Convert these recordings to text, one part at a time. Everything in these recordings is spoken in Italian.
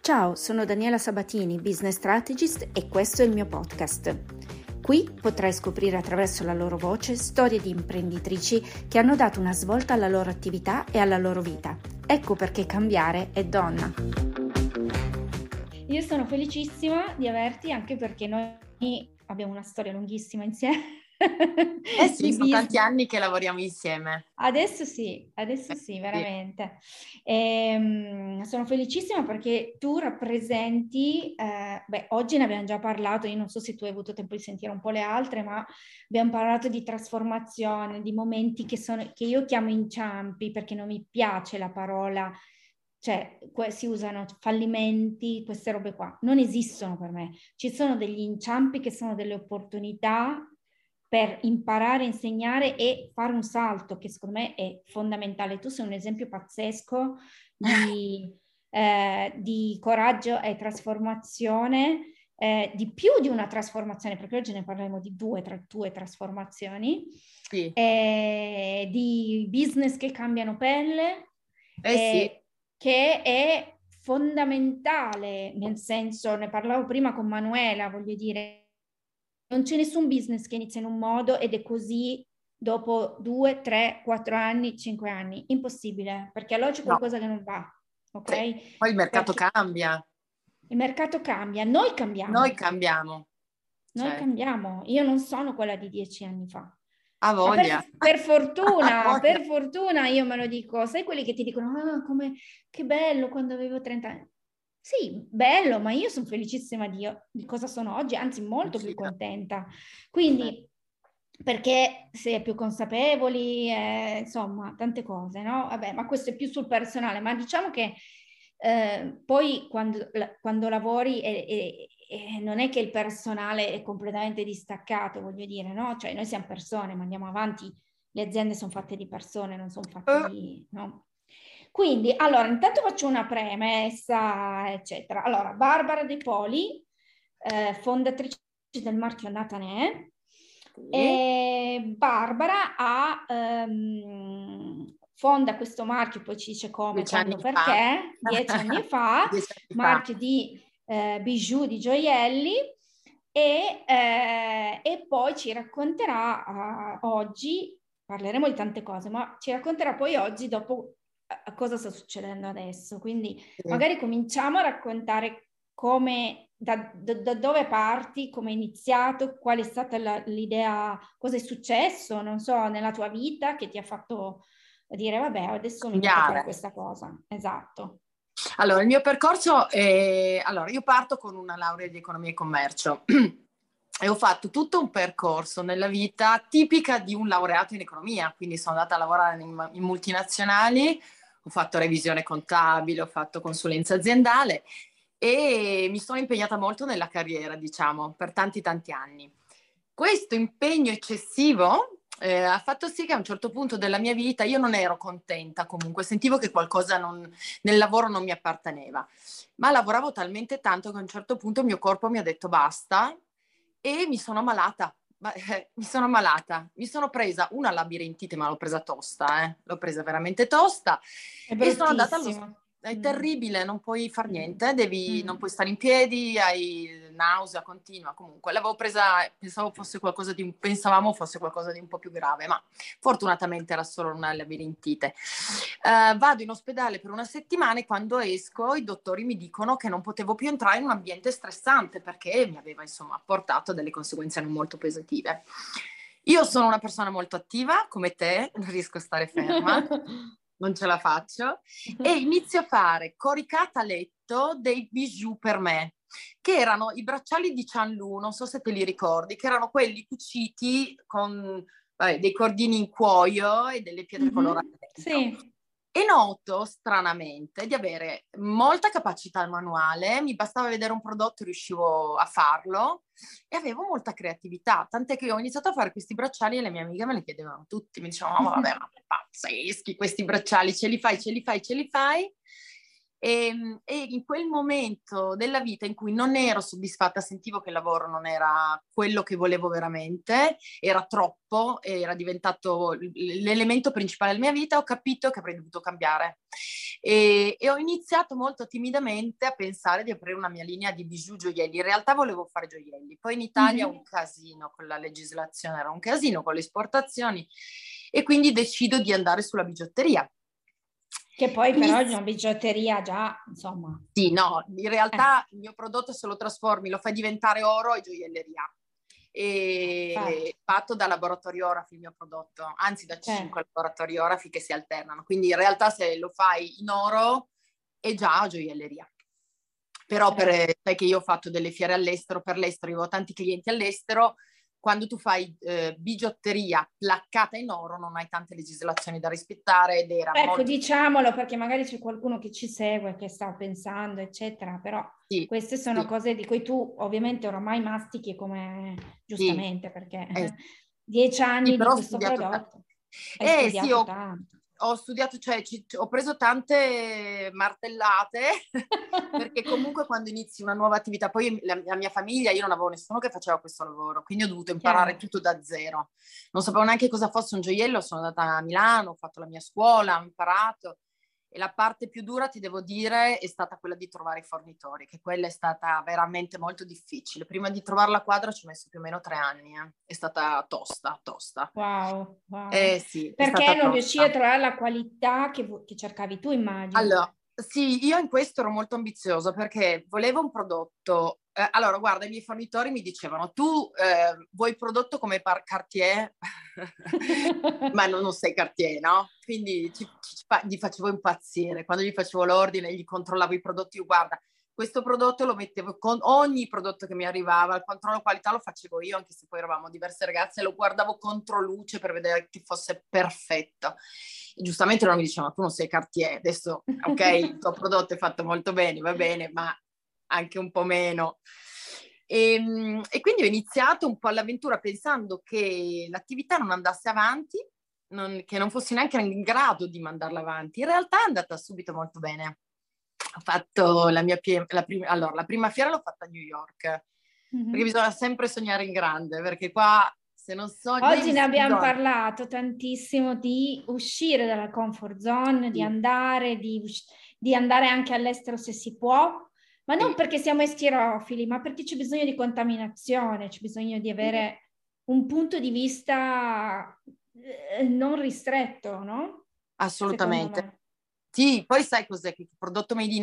Ciao, sono Daniela Sabatini, business strategist e questo è il mio podcast. Qui potrai scoprire attraverso la loro voce storie di imprenditrici che hanno dato una svolta alla loro attività e alla loro vita. Ecco perché cambiare è donna. Io sono felicissima di averti anche perché noi abbiamo una storia lunghissima insieme. Sì, sono tanti anni che lavoriamo insieme. Adesso sì, veramente. Sono felicissima perché tu rappresenti, oggi ne abbiamo già parlato, io non so se tu hai avuto tempo di sentire un po' le altre, ma abbiamo parlato di trasformazione, di momenti che io chiamo inciampi perché non mi piace la parola, cioè si usano fallimenti, queste robe qua, non esistono per me. Ci sono degli inciampi che sono delle opportunità per imparare, insegnare e fare un salto che secondo me è fondamentale. Tu sei un esempio pazzesco di coraggio e trasformazione, di più di una trasformazione, perché oggi ne parleremo di due trasformazioni, Sì. di business che cambiano pelle, Sì. che è fondamentale, nel senso, ne parlavo prima con Manuela, voglio dire, non c'è nessun business che inizia in un modo ed è così dopo 2, 3, 4 anni, 5 anni. Impossibile, perché allora c'è qualcosa che non va, ok? Sì. Poi il mercato cambia. Il mercato cambia, noi cambiamo. Noi cambiamo. Noi cambiamo. Io non sono quella di 10 anni fa. Ha voglia. Ma per fortuna io me lo dico. Sai quelli che ti dicono, che bello quando avevo 30 anni. Sì, bello, ma io sono felicissima di cosa sono oggi, anzi molto più contenta. Quindi, perché si è più consapevoli, insomma, tante cose, no? Vabbè, ma questo è più sul personale, ma diciamo che poi quando lavori non è che il personale è completamente distaccato, voglio dire, no? Cioè noi siamo persone, ma andiamo avanti, le aziende sono fatte di persone, non sono fatte di... no? Quindi, allora, intanto faccio una premessa, eccetera. Allora, Barbara De Poli, fondatrice del marchio Natanè. E Barbara fonda questo marchio, poi ci dice come, quando, perché, 10 anni fa, marchio di bijou, di gioielli, e poi ci racconterà oggi, parleremo di tante cose, ma ci racconterà poi oggi dopo cosa sta succedendo adesso. Quindi magari cominciamo a raccontare come, da dove parti, come è iniziato, qual è stata l'idea, cosa è successo, non so, nella tua vita che ti ha fatto dire vabbè, adesso mi metto a fare questa cosa. Esatto. Allora, il mio percorso è... Allora, io parto con una laurea di economia e commercio e ho fatto tutto un percorso nella vita tipica di un laureato in economia, quindi sono andata a lavorare in multinazionali, ho fatto revisione contabile, ho fatto consulenza aziendale e mi sono impegnata molto nella carriera, diciamo, per tanti anni. Questo impegno eccessivo ha fatto sì che a un certo punto della mia vita io non ero contenta, comunque sentivo che qualcosa nel lavoro non mi apparteneva, ma lavoravo talmente tanto che a un certo punto il mio corpo mi ha detto basta e mi sono ammalata. Mi sono presa una labirintite, ma l'ho presa tosta, l'ho presa veramente tosta e sono andata all'ospedale. È terribile, non puoi far niente, non puoi stare in piedi, hai nausea continua. Comunque l'avevo presa, pensavamo fosse qualcosa di un po' più grave, ma fortunatamente era solo una labirintite. Vado in ospedale per una settimana e quando esco i dottori mi dicono che non potevo più entrare in un ambiente stressante perché mi aveva insomma portato a delle conseguenze non molto positive. Io sono una persona molto attiva, come te, non riesco a stare ferma. Non ce la faccio, e inizio a fare coricata a letto dei bijou per me, che erano i bracciali di Chanlu, non so se te li ricordi, che erano quelli cuciti con dei cordini in cuoio e delle pietre colorate. Sì. E noto stranamente di avere molta capacità manuale, mi bastava vedere un prodotto e riuscivo a farlo e avevo molta creatività, tant'è che ho iniziato a fare questi bracciali e le mie amiche me le chiedevano tutti, mi dicevano vabbè, ma pazzeschi questi bracciali, ce li fai? E in quel momento della vita in cui non ero soddisfatta, sentivo che il lavoro non era quello che volevo veramente, era troppo, era diventato l'elemento principale della mia vita, ho capito che avrei dovuto cambiare. E ho iniziato molto timidamente a pensare di aprire una mia linea di bijou gioielli. In realtà volevo fare gioielli, poi in Italia un casino con la legislazione, era un casino con le esportazioni, e quindi decido di andare sulla bigiotteria. Che poi però è una bigiotteria già, insomma. Sì, no, in realtà il mio prodotto, se lo trasformi, lo fai diventare oro, è gioielleria. E fatto da laboratoriografi il mio prodotto, anzi da 5 laboratoriografi che si alternano. Quindi in realtà se lo fai in oro è già gioielleria. Però sai che io ho fatto delle fiere all'estero, per l'estero, io ho tanti clienti all'estero. Quando tu fai bigiotteria placcata in oro non hai tante legislazioni da rispettare ed era molto... diciamolo, perché magari c'è qualcuno che ci segue, che sta pensando, eccetera, però queste sono cose di cui tu ovviamente oramai mastichi come giustamente, perché 10 anni di questo prodotto hai studiato tanto. Ho studiato, cioè ho preso tante martellate perché comunque quando inizi una nuova attività, poi la mia famiglia, io non avevo nessuno che faceva questo lavoro, quindi ho dovuto imparare tutto da zero. Non sapevo neanche cosa fosse un gioiello, sono andata a Milano, ho fatto la mia scuola, ho imparato. E la parte più dura, ti devo dire, è stata quella di trovare i fornitori, che quella è stata veramente molto difficile. Prima di trovare la quadra ci ho messo più o meno 3 anni. È stata tosta. Wow. Sì, perché non riuscivi a trovare la qualità che cercavi tu, immagino. Allora, sì, io in questo ero molto ambiziosa perché volevo un prodotto. Allora, guarda, i miei fornitori mi dicevano: tu vuoi il prodotto come Cartier? Ma non sei Cartier, no? Quindi gli facevo impazzire. Quando gli facevo l'ordine, gli controllavo i prodotti. Io, guarda, questo prodotto lo mettevo con ogni prodotto che mi arrivava, il controllo qualità lo facevo io, anche se poi eravamo diverse ragazze, lo guardavo contro luce per vedere che fosse perfetto. E giustamente loro mi dicevano: tu non sei Cartier, adesso ok, il tuo prodotto è fatto molto bene, va bene, ma anche un po' meno. E quindi ho iniziato un po' l'avventura pensando che l'attività non andasse avanti, che non fossi neanche in grado di mandarla avanti. In realtà è andata subito molto bene. Ho fatto la prima fiera l'ho fatta a New York, perché bisogna sempre sognare in grande, perché qua se non sogni... Oggi ne abbiamo parlato tantissimo di uscire dalla comfort zone, di andare anche all'estero se si può, ma non perché siamo eschirofili, ma perché c'è bisogno di contaminazione, c'è bisogno di avere un punto di vista non ristretto, no? Assolutamente. Sì, poi sai cos'è? Che il prodotto made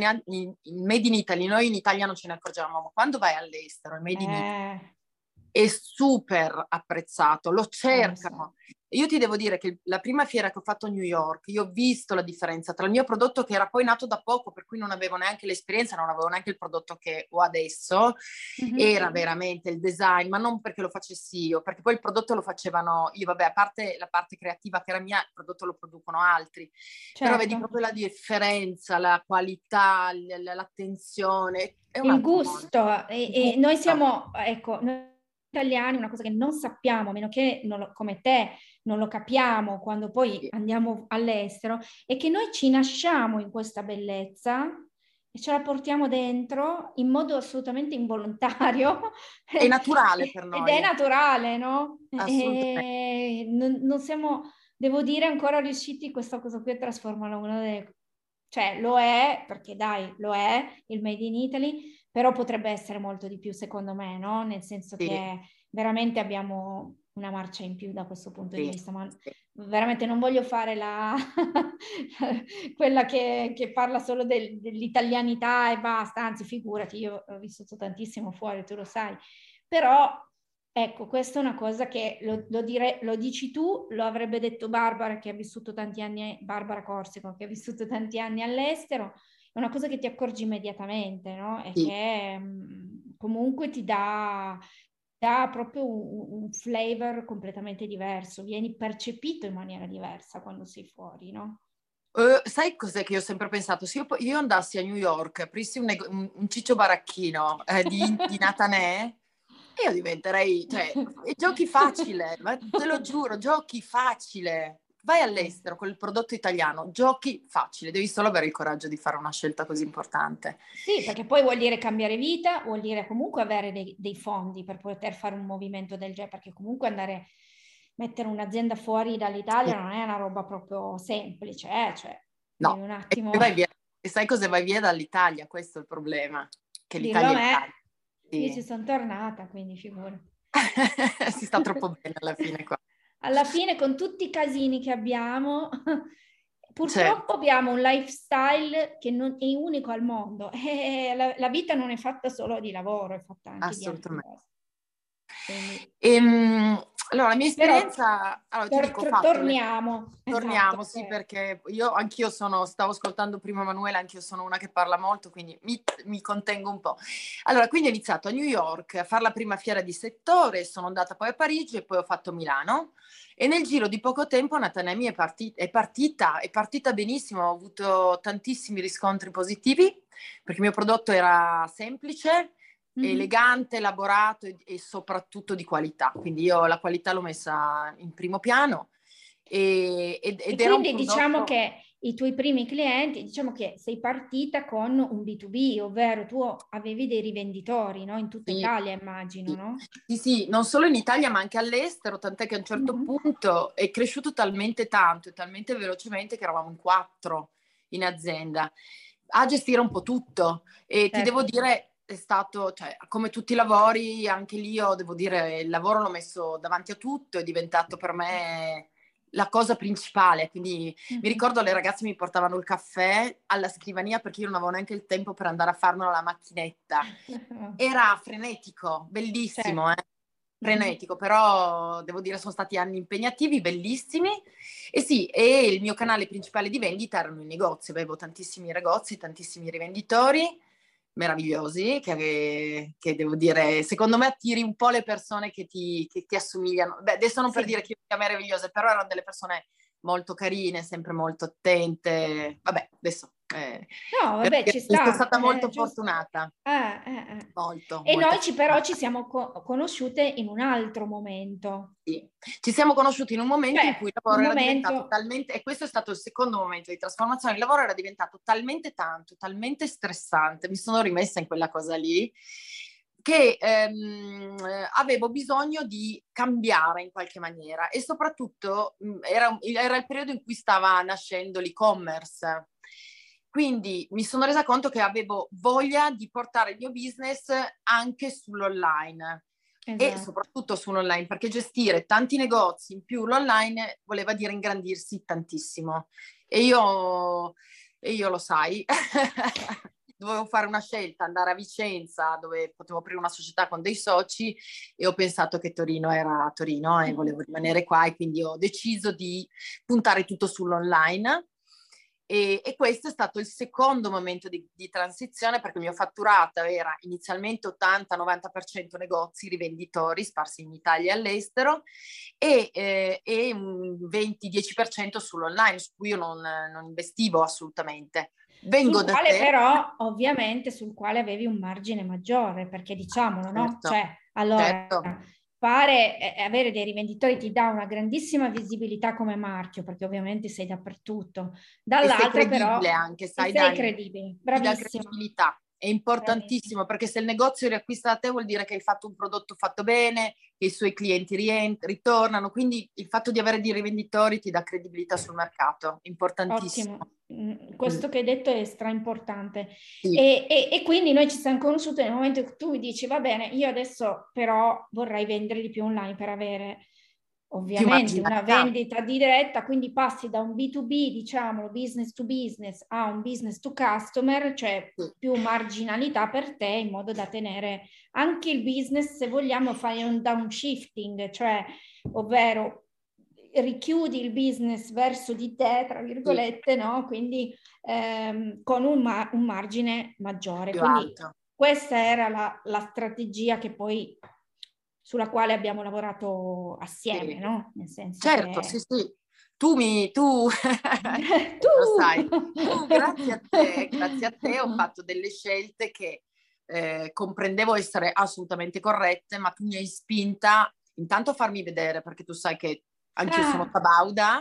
in Italy, noi in Italia non ce ne accorgiamo, ma quando vai all'estero, il made in Italy è super apprezzato, lo cercano. Io ti devo dire che la prima fiera che ho fatto a New York, io ho visto la differenza tra il mio prodotto, che era poi nato da poco, per cui non avevo neanche l'esperienza, non avevo neanche il prodotto che ho adesso, era veramente il design, ma non perché lo facessi io, perché poi il prodotto lo facevano io, vabbè, a parte la parte creativa che era mia, il prodotto lo producono altri, però vedi proprio la differenza, la qualità, l'attenzione. Il gusto, e noi siamo, ecco, noi italiani, una cosa che non sappiamo, a meno che come te non lo capiamo quando poi andiamo all'estero, è che noi ci nasciamo in questa bellezza e ce la portiamo dentro in modo assolutamente involontario. È naturale per noi. Ed è naturale, no? Assolutamente. Non siamo, devo dire, ancora riusciti questa cosa qui a trasformarla in una delle... Cioè, lo è, perché dai, lo è, il Made in Italy, però potrebbe essere molto di più, secondo me, no? Nel senso che veramente abbiamo una marcia in più da questo punto di vista, ma veramente non voglio fare quella che parla solo dell'italianità e basta, anzi, figurati, io ho vissuto tantissimo fuori, tu lo sai, però... Ecco, questa è una cosa che lo dici tu, lo avrebbe detto Barbara che ha vissuto tanti anni, Barbara Corsico, che ha vissuto tanti anni all'estero, è una cosa che ti accorgi immediatamente, no? E che comunque ti dà proprio un flavor completamente diverso, vieni percepito in maniera diversa quando sei fuori, no? Sai cos'è che io ho sempre pensato? Se io andassi a New York, aprissi un ciccio baracchino di Natanè, io diventerei, cioè, giochi facile, ma te lo giuro, giochi facile. vai all'estero con il prodotto italiano, giochi facile, devi solo avere il coraggio di fare una scelta così importante. Sì, perché poi vuol dire cambiare vita, vuol dire comunque avere dei fondi per poter fare un movimento del genere, perché comunque mettere un'azienda fuori dall'Italia non è una roba proprio semplice, cioè devi No, un e attimo... poi vai via. E sai cosa vai via dall'Italia? Questo è il problema, che Dillo l'Italia a è me, l'Italia. io Sì. ci sono tornata, quindi figurati. Si sta troppo bene alla fine qua. Alla fine, con tutti i casini che abbiamo, purtroppo Certo. abbiamo un lifestyle che non è unico al mondo. E la vita non è fatta solo di lavoro, è fatta anche di altre Assolutamente. cose. Quindi, Allora, la mia però, esperienza, allora ti dico, ho fatto torniamo. Esatto. torniamo, sì, perché anch'io stavo ascoltando prima Emanuele, anch'io sono una che parla molto, quindi mi contengo un po'. Allora, quindi ho iniziato a New York a fare la prima fiera di settore, sono andata poi a Parigi e poi ho fatto Milano. E nel giro di poco tempo Natanemi è partita benissimo, ho avuto tantissimi riscontri positivi, perché il mio prodotto era semplice, elegante, elaborato e soprattutto di qualità. Quindi io la qualità l'ho messa in primo piano E ed era un quindi diciamo prodotto... che i tuoi primi clienti, diciamo che sei partita con un B2B, ovvero tu avevi dei rivenditori, no? In tutta Sì, Italia, immagino, sì. no? Sì, sì, non solo in Italia ma anche all'estero, tant'è che a un certo punto è cresciuto talmente tanto e talmente velocemente che eravamo in 4 in azienda a gestire un po' tutto. E ti devo Certo. dire, è stato, cioè, come tutti i lavori, anche lì io devo dire, il lavoro l'ho messo davanti a tutto, è diventato per me la cosa principale. Quindi mi ricordo le ragazze mi portavano il caffè alla scrivania perché io non avevo neanche il tempo per andare a farmelo alla macchinetta. Era frenetico, bellissimo, Certo. frenetico, però devo dire sono stati anni impegnativi, bellissimi. E sì, e il mio canale principale di vendita erano i negozi, avevo tantissimi negozi, tantissimi rivenditori meravigliosi che devo dire, secondo me attiri un po' le persone che ti assomigliano. Beh, adesso non per Sì. dire che io sia meravigliosa, però erano delle persone molto carine, sempre molto attente. Vabbè, adesso No, vabbè, ci sono sta, stata molto giusto. fortunata. Eh. Molto, E molto noi però ci fortunata. siamo conosciute in un altro momento. Sì. Ci siamo conosciuti in un momento in Cioè, cui il un lavoro era diventato momento... talmente, e questo è stato il secondo momento di trasformazione, il lavoro era diventato talmente tanto, talmente stressante, mi sono rimessa in quella cosa lì, che avevo bisogno di cambiare in qualche maniera e soprattutto era il periodo in cui stava nascendo l'e-commerce. Quindi mi sono resa conto che avevo voglia di portare il mio business anche sull'online e Esatto. soprattutto sull'online, perché gestire tanti negozi in più l'online voleva dire ingrandirsi tantissimo. E io lo sai, dovevo fare una scelta, andare a Vicenza dove potevo aprire una società con dei soci e ho pensato che Torino era Torino e volevo rimanere qua e quindi ho deciso di puntare tutto sull'online. E questo è stato il secondo momento di transizione perché il mio fatturato era inizialmente 80-90% negozi, rivenditori sparsi in Italia e all'estero e un 20-10% sull'online su cui io non investivo assolutamente. Vengo Sul da quale te. però, ovviamente, sul quale avevi un margine maggiore, perché diciamolo, no? Certo, Cioè, allora, certo. avere dei rivenditori ti dà una grandissima visibilità come marchio, perché ovviamente sei dappertutto. E sei Dall'altra credibile però, anche, e sai sei Dani, credibile. ti dà Bravissima. credibilità. È Bravissima. importantissimo perché se il negozio riacquista da te vuol dire che hai fatto un prodotto fatto bene, che i suoi clienti ritornano, quindi il fatto di avere dei rivenditori ti dà credibilità sul mercato, importantissimo. Ottimo. Questo che hai detto è straimportante. Sì, E quindi noi ci siamo conosciute nel momento in cui tu mi dici, va bene, io adesso però vorrei vendere di più online per avere più ovviamente una marginalità. vendita diretta, quindi passi da un B2B, diciamo, business to business, a un business to customer, cioè Sì, più marginalità per te in modo da tenere anche il business, se vogliamo, fare un downshifting, cioè ovvero richiudi il business verso di te, tra sì, virgolette, no? Quindi con un margine maggiore. più Quindi alto. questa era la strategia che poi sulla quale abbiamo lavorato assieme, Sì. no? Nel senso Certo, sì, che sì. Tu lo sai, tu grazie a te ho fatto delle scelte che comprendevo essere assolutamente corrette, ma tu mi hai spinta intanto a farmi vedere, perché tu sai che anch'io sono Ah. sabauda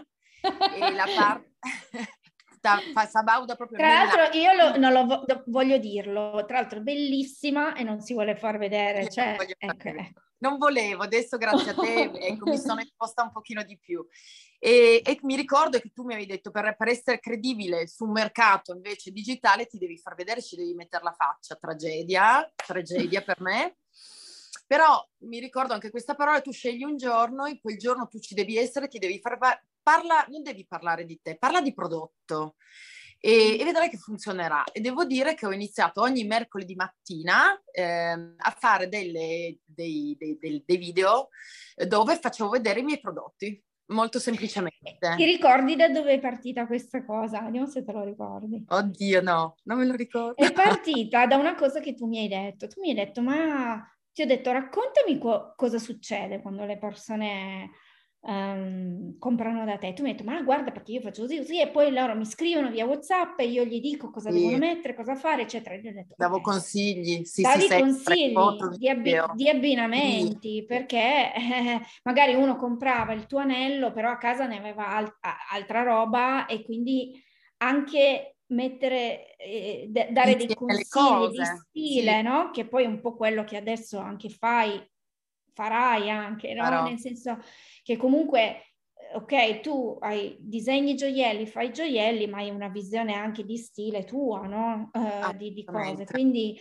e la parte Sabauda proprio Tra l'altro io non lo voglio dirlo, tra l'altro bellissima e non si vuole far vedere, cioè, ecco. Non volevo, adesso grazie a te, ecco, mi sono esposta un pochino di più. E mi ricordo che tu mi avevi detto per essere credibile su un mercato invece digitale ti devi far vedere, ci devi mettere la faccia. Tragedia per me. Però mi ricordo anche questa parola, tu scegli un giorno, in quel giorno tu ci devi essere, ti devi far non devi parlare di te, parla di prodotto. E vedrai che funzionerà. E devo dire che ho iniziato ogni mercoledì mattina a fare dei video dove facevo vedere i miei prodotti, molto semplicemente. Ti ricordi da dove è partita questa cosa? Vediamo se te lo ricordi. Oddio, no, non me lo ricordo. È partita da una cosa che tu mi hai detto. Tu mi hai detto, ma ti ho detto, raccontami cosa succede quando le persone comprano da te. Tu mi hai detto, ma guarda perché io faccio così, così, e poi loro mi scrivono via WhatsApp e io gli dico cosa devono mettere, cosa fare, eccetera. E io ho detto, davo consigli, davi consigli di abbinamenti, perché magari uno comprava il tuo anello, però a casa ne aveva altra roba e quindi anche mettere, dare dei consigli di stile, no? Che poi è un po' quello che adesso anche farai anche, no? Nel senso che comunque, ok, tu disegni gioielli, fai gioielli, ma hai una visione anche di stile tua, no? Di cose. Quindi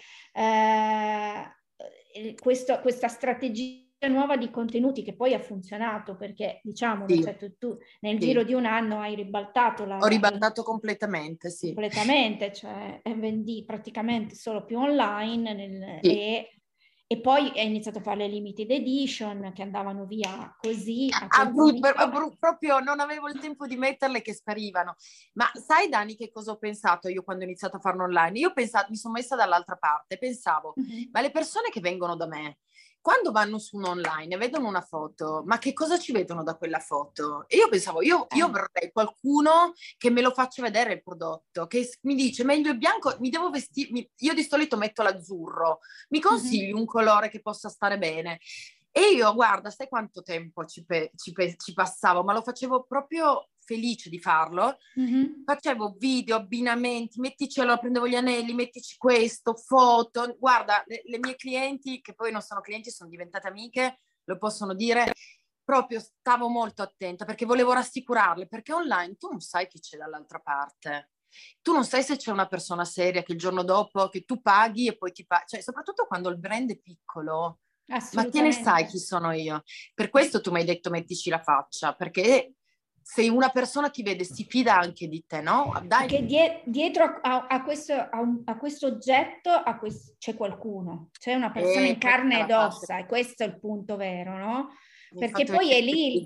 questa strategia nuova di contenuti che poi ha funzionato, perché diciamolo, cioè tu nel giro di un anno hai ribaltato ho ribaltato completamente, sì. Completamente, cioè vendi praticamente solo più online e poi hai iniziato a fare le limited edition che andavano via così. Proprio non avevo il tempo di metterle che sparivano. Ma sai, Dani, che cosa ho pensato io quando ho iniziato a farlo online? Mi sono messa dall'altra parte, pensavo, ma le persone che vengono da me, quando vanno su un online e vedono una foto, ma che cosa ci vedono da quella foto? E io pensavo, io vorrei qualcuno che me lo faccia vedere il prodotto, che mi dice meglio il bianco, mi devo vestire, io di solito metto l'azzurro, mi consigli un colore che possa stare bene? E io, guarda, sai quanto tempo ci passavo, ma lo facevo proprio felice di farlo. Facevo video, abbinamenti, mettici, allora prendevo gli anelli, mettici questo, foto. Guarda, le mie clienti, che poi non sono clienti, sono diventate amiche, lo possono dire, proprio stavo molto attenta perché volevo rassicurarle, perché online tu non sai chi c'è dall'altra parte. Tu non sai se c'è una persona seria che il giorno dopo che tu paghi e poi cioè soprattutto quando il brand è piccolo. Ma che ne sai chi sono io? Per questo tu mi hai detto mettici la faccia, perché se una persona ti vede si fida anche di te, no? Dai. Perché dietro a questo oggetto c'è qualcuno, c'è una persona in carne ed ossa e questo è il punto vero, no? Perché poi è lì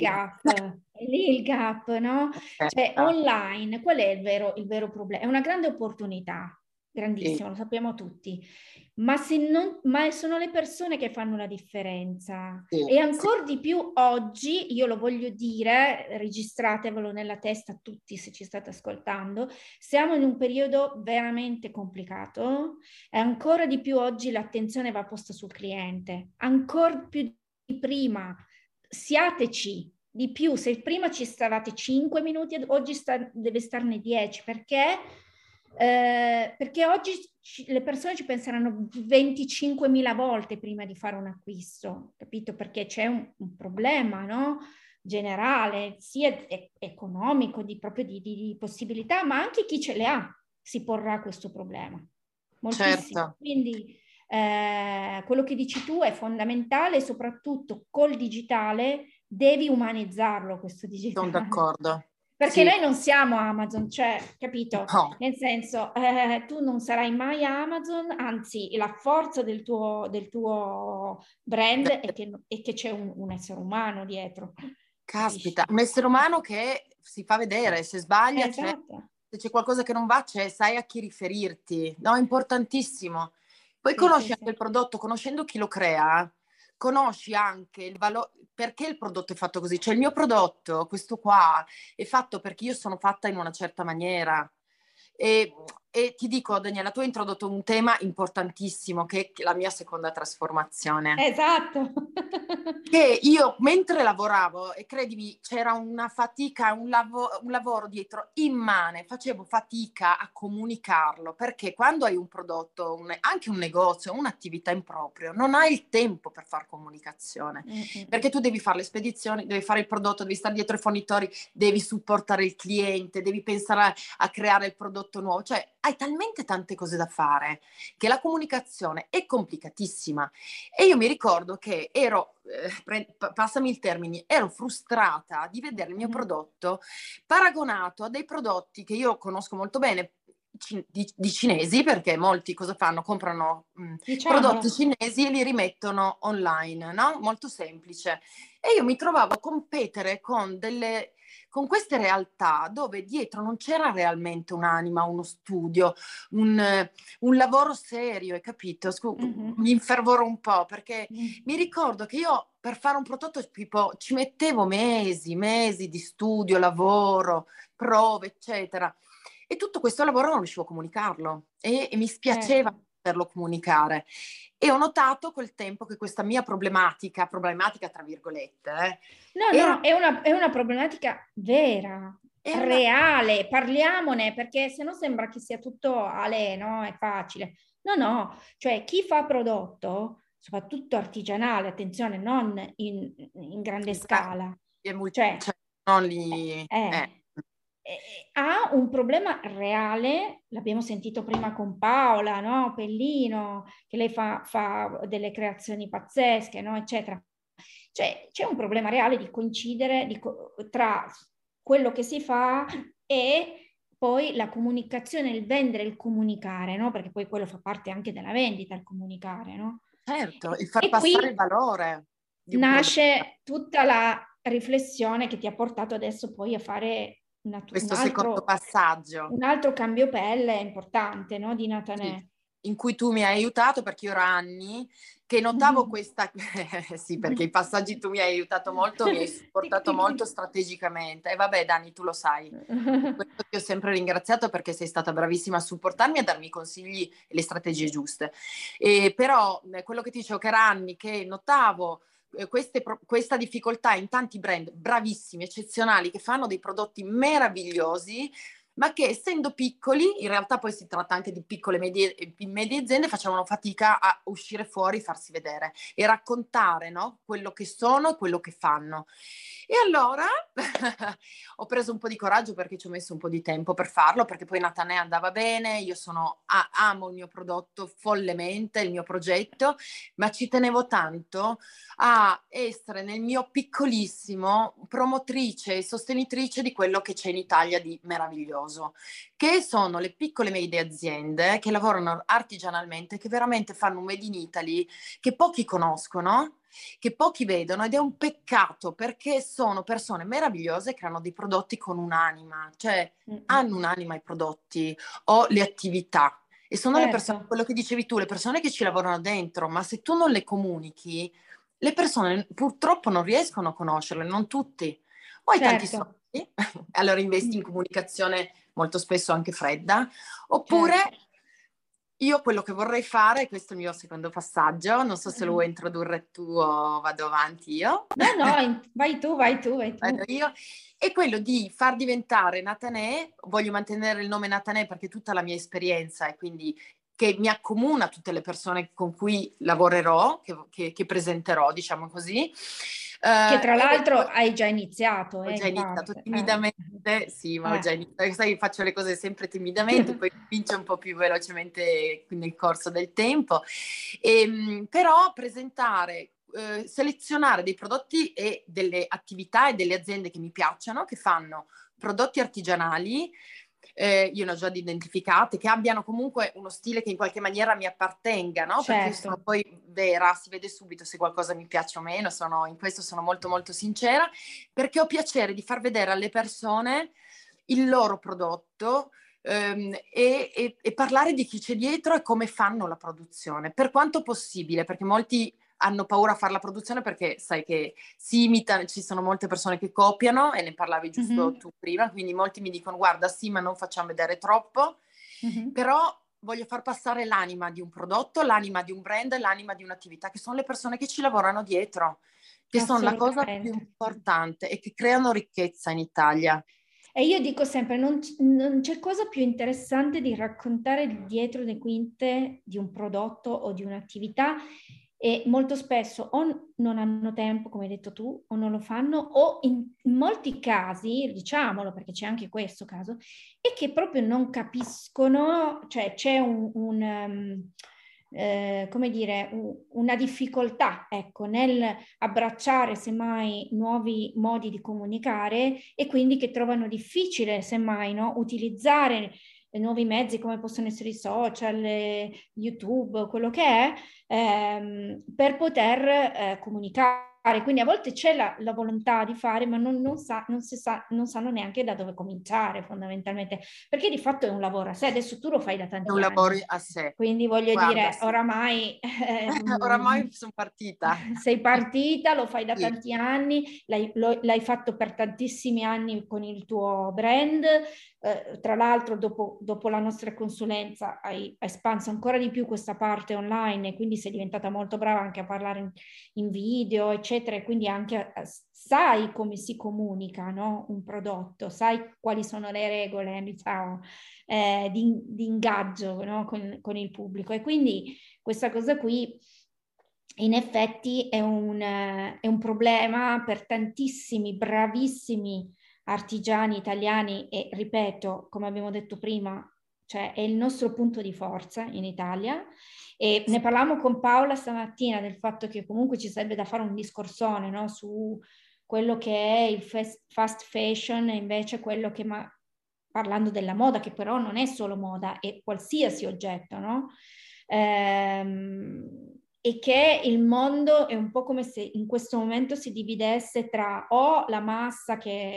il gap, no? Cioè online, qual è il vero problema? È una grande opportunità, grandissima, lo sappiamo tutti, ma sono le persone che fanno la differenza. E ancora di più oggi, io lo voglio dire, registratevelo nella testa tutti se ci state ascoltando, siamo in un periodo veramente complicato e ancora di più oggi l'attenzione va posta sul cliente, ancora più di prima. Siateci di più, se prima ci stavate 5 minuti, oggi deve starne 10, perché oggi le persone ci penseranno 25.000 volte prima di fare un acquisto, capito? Perché c'è un problema, no? Generale, sia economico, proprio di possibilità, ma anche chi ce le ha si porrà questo problema. Moltissimo. Certo. Quindi quello che dici tu è fondamentale, soprattutto col digitale devi umanizzarlo questo digitale. Sono d'accordo. Perché noi non siamo Amazon, cioè, capito? No. Nel senso, tu non sarai mai Amazon, anzi, la forza del tuo brand è che c'è un essere umano dietro. Caspita, un essere umano che si fa vedere, se sbaglia, esatto. Se c'è qualcosa che non va, sai a chi riferirti. No, è importantissimo. Poi conosci anche il prodotto, conoscendo chi lo crea, conosci anche il valore, perché il prodotto è fatto così. Cioè il mio prodotto, questo qua, è fatto perché io sono fatta in una certa maniera. E E ti dico, Daniela, tu hai introdotto un tema importantissimo che è la mia seconda trasformazione. Esatto. Che io mentre lavoravo, e credimi, c'era una fatica, un lavoro dietro immane, facevo fatica a comunicarlo, perché quando hai un prodotto, anche un negozio, un'attività in proprio, non hai il tempo per fare comunicazione, perché tu devi fare le spedizioni, devi fare il prodotto, devi stare dietro i fornitori, devi supportare il cliente, devi pensare a creare il prodotto nuovo, cioè hai talmente tante cose da fare che la comunicazione è complicatissima. E io mi ricordo che passami il termine, ero frustrata di vedere il mio prodotto paragonato a dei prodotti che io conosco molto bene, di cinesi, perché molti cosa fanno? Comprano Diciamolo. prodotti cinesi e li rimettono online, no? Molto semplice. E io mi trovavo a competere con queste realtà dove dietro non c'era realmente un'anima, uno studio, un lavoro serio, hai capito? Mi infervoro un po' perché mi ricordo che io per fare un prototipo ci mettevo mesi di studio, lavoro, prove, eccetera. E tutto questo lavoro non riuscivo a comunicarlo e mi spiaceva Certo. poterlo comunicare. E ho notato col tempo che questa mia problematica tra virgolette, No, no, era, è una problematica vera, era una... reale, parliamone, perché se no sembra che sia tutto ale, no? È facile. No, no, cioè chi fa prodotto, soprattutto artigianale, attenzione, non in grande scala, cioè cioè, non li... ha un problema reale, l'abbiamo sentito prima con Paola, no? Pellino, che lei fa delle creazioni pazzesche, no? Eccetera. Cioè, c'è un problema reale di coincidere tra quello che si fa e poi la comunicazione, il vendere, il comunicare, no? Perché poi quello fa parte anche della vendita, il comunicare, no? Certo, il far E passare il qui valore di un prodotto. nasce tutta la riflessione che ti ha portato adesso poi a fare Questo secondo passaggio. un altro cambio pelle importante, no? Di Sì, Natanè. in cui tu mi hai aiutato perché io era anni che notavo questa, sì, perché i passaggi tu mi hai aiutato molto, mi hai Tic, supportato tic, molto tic. strategicamente. E vabbè, Dani, tu lo sai. Per questo ti ho sempre ringraziato perché sei stata bravissima a supportarmi e a darmi i consigli e le strategie giuste. Però quello che ti dicevo che era anni che notavo questa difficoltà in tanti brand bravissimi, eccezionali, che fanno dei prodotti meravigliosi, ma che essendo piccoli, in realtà poi si tratta anche di piccole e medie aziende, facevano fatica a uscire fuori, farsi vedere e raccontare, no? Quello che sono e quello che fanno. E allora ho preso un po' di coraggio perché ci ho messo un po' di tempo per farlo, perché poi Natanè andava bene, io amo il mio prodotto follemente, il mio progetto, ma ci tenevo tanto a essere nel mio piccolissimo promotrice e sostenitrice di quello che c'è in Italia di meraviglioso, che sono le piccole e medie aziende che lavorano artigianalmente, che veramente fanno un Made in Italy che pochi conoscono, che pochi vedono, ed è un peccato perché sono persone meravigliose che hanno dei prodotti con un'anima, cioè hanno un'anima i prodotti o le attività. E sono le persone, Certo. quello che dicevi tu, le persone che ci lavorano dentro, ma se tu non le comunichi, le persone purtroppo non riescono a conoscerle, non tutti. O hai tanti Certo, soldi, allora investi in comunicazione molto spesso anche fredda, oppure certo. io quello che vorrei fare, questo è il mio secondo passaggio, non so se lo vuoi introdurre tu o vado avanti io. No, no, vai tu, vai tu, vai tu. Vado io, è quello di far diventare Natanè, voglio mantenere il nome Natanè perché tutta la mia esperienza e quindi che mi accomuna a tutte le persone con cui lavorerò, che presenterò, diciamo così. Che tra E l'altro hai già iniziato, ho già in iniziato parte. timidamente, sì, ma ho già iniziato, sai, faccio le cose sempre timidamente, poi comincio un po' più velocemente nel corso del tempo. Però presentare, selezionare dei prodotti e delle attività e delle aziende che mi piacciono, che fanno prodotti artigianali, io ne ho già identificate, che abbiano comunque uno stile che in qualche maniera mi appartenga, no? Perché io sono Certo, poi vera, si vede subito se qualcosa mi piace o meno, in questo sono molto molto sincera, perché ho piacere di far vedere alle persone il loro prodotto, e parlare di chi c'è dietro e come fanno la produzione, per quanto possibile, perché molti hanno paura a fare la produzione perché sai che si imita, ci sono molte persone che copiano e ne parlavi giusto tu prima, quindi molti mi dicono guarda sì ma non facciamo vedere troppo, Però voglio far passare l'anima di un prodotto, l'anima di un brand, l'anima di un'attività, che sono le persone che ci lavorano dietro, che sono la cosa più importante e che creano ricchezza in Italia. E io dico sempre, non c'è cosa più interessante di raccontare dietro le quinte di un prodotto o di un'attività, e molto spesso o non hanno tempo, come hai detto tu, o non lo fanno, o in molti casi, diciamolo perché c'è anche questo caso, è che proprio non capiscono, cioè c'è come dire, una difficoltà, ecco, nel abbracciare semmai nuovi modi di comunicare, e quindi che trovano difficile semmai, no, utilizzare nuovi mezzi come possono essere i social, YouTube, quello che è, per poter comunicare. Quindi a volte c'è la volontà di fare, ma non sanno neanche da dove cominciare fondamentalmente, perché di fatto è un lavoro a sé. Adesso tu lo fai da È un tanti lavoro anni, a sé. quindi voglio Guarda, dire, sì. oramai Oramai sono partita. sei partita, lo fai da Sì. tanti anni, l'hai fatto per tantissimi anni con il tuo brand. Tra l'altro dopo la nostra consulenza hai espanso ancora di più questa parte online, e quindi sei diventata molto brava anche a parlare in video, eccetera, e quindi anche sai come si comunica, no? Un prodotto, sai quali sono le regole, diciamo, di ingaggio, no? con il pubblico, e quindi questa cosa qui in effetti è un problema per tantissimi bravissimi artigiani italiani, e ripeto, come abbiamo detto prima, cioè è il nostro punto di forza in Italia. E ne parlavamo con Paola stamattina del fatto che comunque ci sarebbe da fare un discorsone, no, su quello che è il fast fashion, e invece quello che, parlando della moda, che però non è solo moda, è qualsiasi oggetto, no? E che il mondo è un po' come se in questo momento si dividesse tra o la massa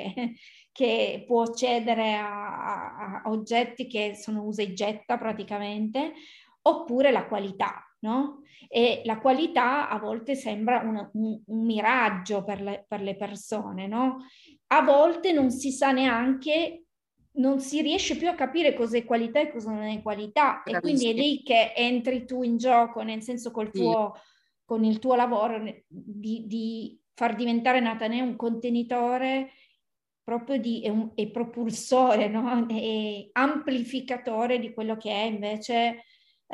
che può accedere a oggetti che sono usa e getta praticamente, oppure la qualità, no? E la qualità a volte sembra un miraggio per le persone, no? A volte non si sa neanche, non si riesce più a capire cosa è qualità e cosa non è qualità, e quindi è Bravissima. lì che entri tu in gioco, nel senso Sì. con il tuo lavoro di far diventare Natanè un contenitore proprio e propulsore, no? E amplificatore di quello che è invece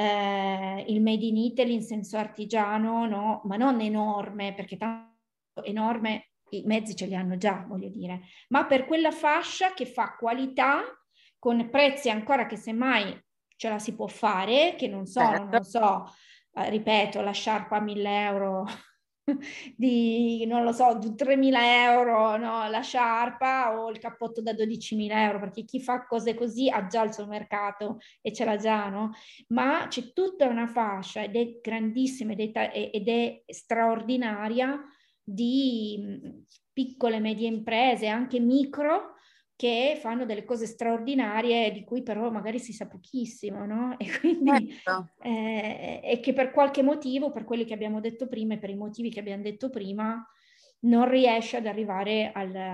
il Made in Italy in senso artigiano, no? Ma non enorme, perché tanto enorme i mezzi ce li hanno già, voglio dire, ma per quella fascia che fa qualità con prezzi ancora che semmai ce la si può fare, che non sono, Certo. non so, ripeto, la sciarpa a 1.000 euro di, non lo so, di 3.000 euro, no? La sciarpa, o il cappotto da 12.000 euro, perché chi fa cose così ha già il suo mercato e ce l'ha già, no? Ma c'è tutta una fascia, ed è grandissima ed è straordinaria, di piccole e medie imprese, anche micro, che fanno delle cose straordinarie di cui però magari si sa pochissimo, no? E quindi Certo. e che per qualche motivo, per quelli che abbiamo detto prima e per i motivi che abbiamo detto prima, non riesce ad arrivare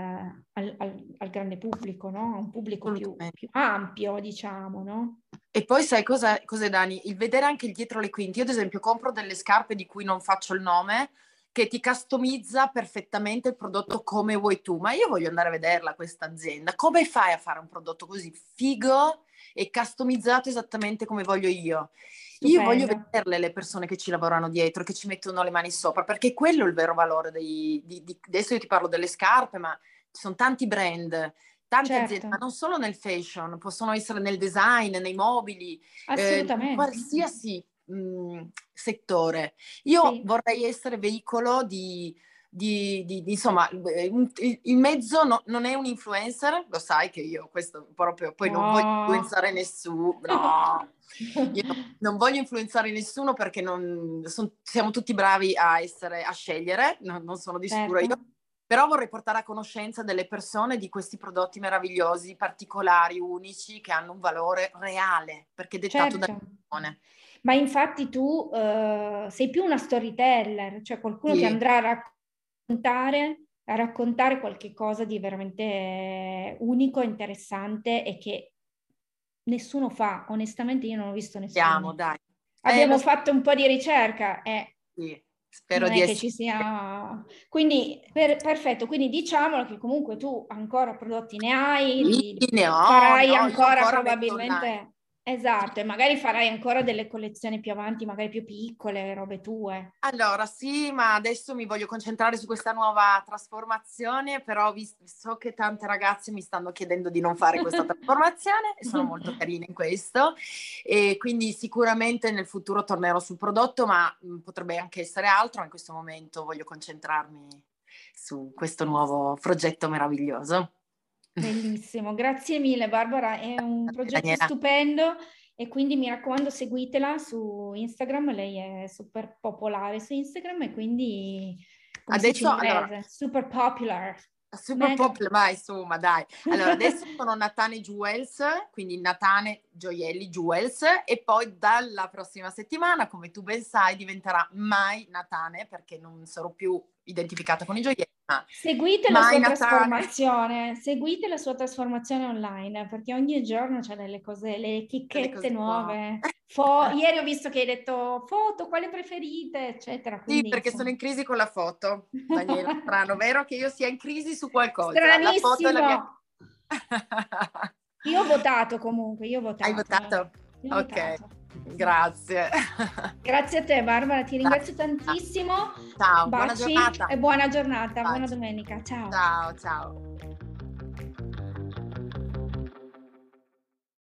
al grande pubblico, no? A un pubblico più ampio, diciamo, no? E poi sai cos'è, Dani? Il vedere anche il dietro le quinte. Io ad esempio compro delle scarpe di cui non faccio il nome, che ti customizza perfettamente il prodotto come vuoi tu, ma io voglio andare a vederla questa azienda. Come fai a fare un prodotto così figo e customizzato esattamente come voglio io? Io voglio Stupenda. vederle le persone che ci lavorano dietro, che ci mettono le mani sopra, perché quello è il vero valore adesso io ti parlo delle scarpe, ma ci sono tanti brand, tante aziende, ma Certo, non solo nel fashion, possono essere nel design, nei mobili, in assolutamente. qualsiasi settore. Io Sì, vorrei essere veicolo insomma, il mezzo non è un influencer, lo sai che io questo proprio, poi non voglio no. influenzare nessuno, no, io non voglio influenzare nessuno perché siamo tutti bravi a scegliere, non sono di sicuro io, Certo, però vorrei portare a conoscenza delle persone di questi prodotti meravigliosi, particolari, unici, che hanno un valore reale, perché è dettato dalle certo. persone. Ma infatti tu sei più una storyteller, cioè qualcuno che Sì, andrà a raccontare qualche cosa di veramente unico, interessante, e che nessuno fa, onestamente io non ho visto Siamo, nessuno. dai. Abbiamo fatto un po' di ricerca e sì, spero non di è che essere... ci sia... Quindi, perfetto, quindi diciamolo che comunque tu ancora prodotti ne hai, Sì, ne farai ho, io ancora ancora metto online. probabilmente... Esatto, e magari farai ancora delle collezioni più avanti, magari più piccole, robe tue. Allora, sì, ma adesso mi voglio concentrare su questa nuova trasformazione, però so che tante ragazze mi stanno chiedendo di non fare questa trasformazione e sono molto carine in questo, e quindi sicuramente nel futuro tornerò sul prodotto, ma potrebbe anche essere altro. In questo momento voglio concentrarmi su questo nuovo progetto meraviglioso. Bellissimo, grazie mille Barbara, è un progetto Daniela, stupendo e quindi mi raccomando seguitela su Instagram, lei è super popolare su Instagram e quindi, come si dice in adesso, allora, inglese, super popular. super Mega. pop, ma insomma, dai. Allora, adesso sono Natane Jewels, quindi Natane Gioielli Jewels, e poi dalla prossima settimana, come tu ben sai, diventerà Mai Natane, perché non sarò più identificata con i gioielli, ma Seguite la Mai sua Natane. trasformazione, seguite la sua trasformazione online perché ogni giorno c'è delle cose, le Delle chicchette cose nuove. nuove. Ieri ho visto che hai detto foto, quale preferite, eccetera, Sì, quindi perché sono insomma. in crisi con la foto, Daniela. Strano, vero che io sia in crisi su qualcosa? La foto è la Stranissimo. mia... Io ho votato comunque, io ho Hai votato. votato? Io ho Ok, votato. grazie. Grazie a te, Barbara, ti Dai. ringrazio tantissimo. Ciao, buona Baci giornata. e buona giornata, buona Baci. domenica. Ciao. Ciao, ciao.